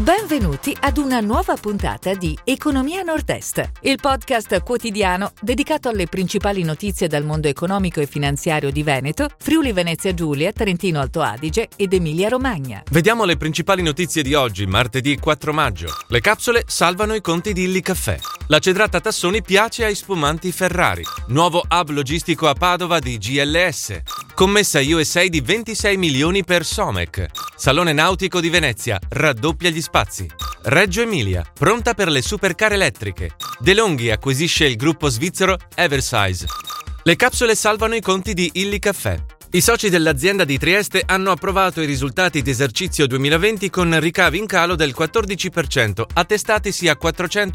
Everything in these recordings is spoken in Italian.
Benvenuti ad una nuova puntata di Economia Nord-Est, il podcast quotidiano dedicato alle principali notizie dal mondo economico e finanziario di Veneto, Friuli Venezia Giulia, Trentino Alto Adige ed Emilia Romagna. Vediamo le principali notizie di oggi, martedì 4 maggio. Le capsule salvano i conti di Illy Caffè. La cedrata Tassoni piace ai spumanti Ferrari. Nuovo hub logistico a Padova di GLS. Commessa USA di 26 milioni per Somec. Salone nautico di Venezia raddoppia gli spazi. Reggio Emilia, pronta per le supercar elettriche. De Longhi acquisisce il gruppo svizzero Eversize. Le capsule salvano i conti di Illy Caffè. I soci dell'azienda di Trieste hanno approvato i risultati di esercizio 2020 con ricavi in calo del 14%, attestatisi a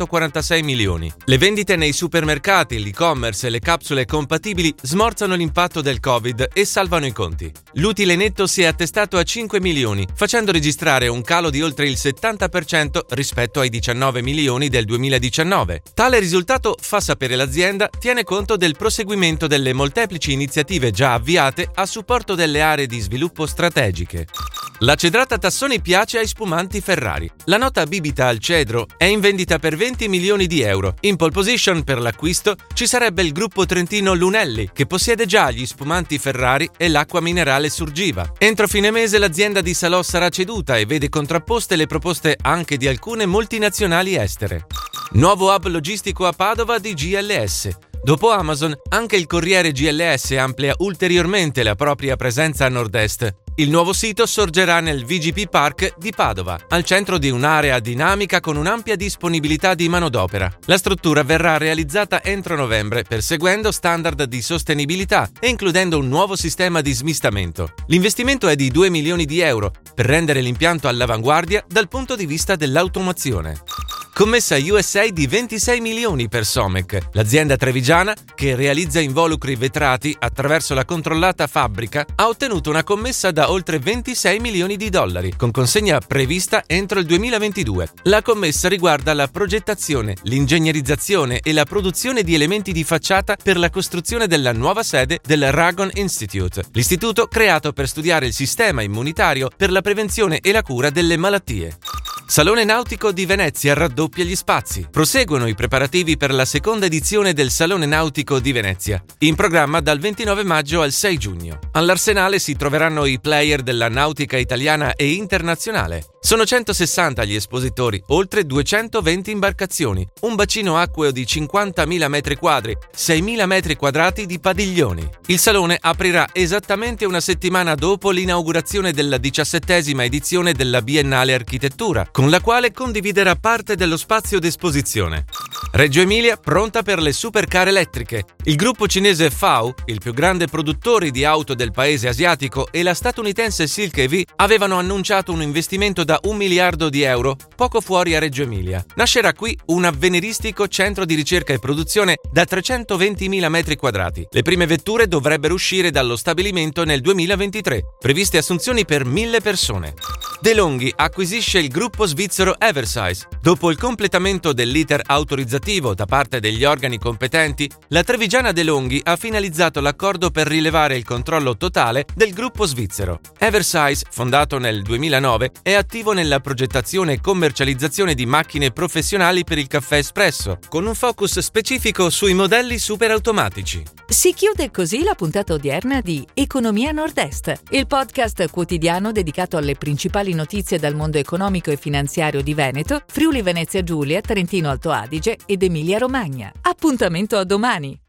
446 milioni. Le vendite nei supermercati, l'e-commerce e le capsule compatibili smorzano l'impatto del Covid e salvano i conti. L'utile netto si è attestato a 5 milioni, facendo registrare un calo di oltre il 70% rispetto ai 19 milioni del 2019. Tale risultato, fa sapere l'azienda, tiene conto del proseguimento delle molteplici iniziative già avviate a supporto delle aree di sviluppo strategiche. La cedrata Tassoni piace ai spumanti Ferrari. La nota bibita al cedro è in vendita per 20 milioni di euro. In pole position per l'acquisto ci sarebbe il gruppo trentino Lunelli, che possiede già gli spumanti Ferrari e l'acqua minerale Surgiva. Entro fine mese l'azienda di Salò sarà ceduta e vede contrapposte le proposte anche di alcune multinazionali estere. Nuovo hub logistico a Padova di GLS. Dopo Amazon, anche il corriere GLS amplia ulteriormente la propria presenza a nord-est. Il nuovo sito sorgerà nel VGP Park di Padova, al centro di un'area dinamica con un'ampia disponibilità di manodopera. La struttura verrà realizzata entro novembre, perseguendo standard di sostenibilità e includendo un nuovo sistema di smistamento. L'investimento è di 2 milioni di euro per rendere l'impianto all'avanguardia dal punto di vista dell'automazione. Commessa USA di 26 milioni per Somec. L'azienda trevigiana, che realizza involucri vetrati attraverso la controllata fabbrica, ha ottenuto una commessa da oltre 26 milioni di dollari, con consegna prevista entro il 2022. La commessa riguarda la progettazione, l'ingegnerizzazione e la produzione di elementi di facciata per la costruzione della nuova sede del Ragon Institute, l'istituto creato per studiare il sistema immunitario per la prevenzione e la cura delle malattie. Salone nautico di Venezia raddoppia gli spazi. Proseguono i preparativi per la seconda edizione del Salone nautico di Venezia, in programma dal 29 maggio al 6 giugno. All'Arsenale si troveranno i player della nautica italiana e internazionale. Sono 160 gli espositori, oltre 220 imbarcazioni, un bacino acqueo di 50.000 metri quadri, 6.000 metri quadrati di padiglioni. Il salone aprirà esattamente una settimana dopo l'inaugurazione della 17ª edizione della Biennale Architettura, con la quale condividerà parte dello spazio d'esposizione. Reggio Emilia pronta per le supercar elettriche. Il gruppo cinese FAW, il più grande produttore di auto del paese asiatico, e la statunitense Silk EV avevano annunciato un investimento da 1 miliardo di euro poco fuori a Reggio Emilia. Nascerà qui un avveniristico centro di ricerca e produzione da 320.000 metri quadrati. Le prime vetture dovrebbero uscire dallo stabilimento nel 2023, previste assunzioni per 1.000 persone. De Longhi acquisisce il gruppo svizzero Eversize. Dopo il completamento dell'iter autorizzativo da parte degli organi competenti, la trevigiana De Longhi ha finalizzato l'accordo per rilevare il controllo totale del gruppo svizzero. Eversize, fondato nel 2009, è attivo nella progettazione e commercializzazione di macchine professionali per il caffè espresso, con un focus specifico sui modelli superautomatici. Si chiude così la puntata odierna di Economia Nord-Est, il podcast quotidiano dedicato alle principali notizie dal mondo economico e finanziario di Veneto, Friuli Venezia Giulia, Trentino Alto Adige ed Emilia Romagna. Appuntamento a domani!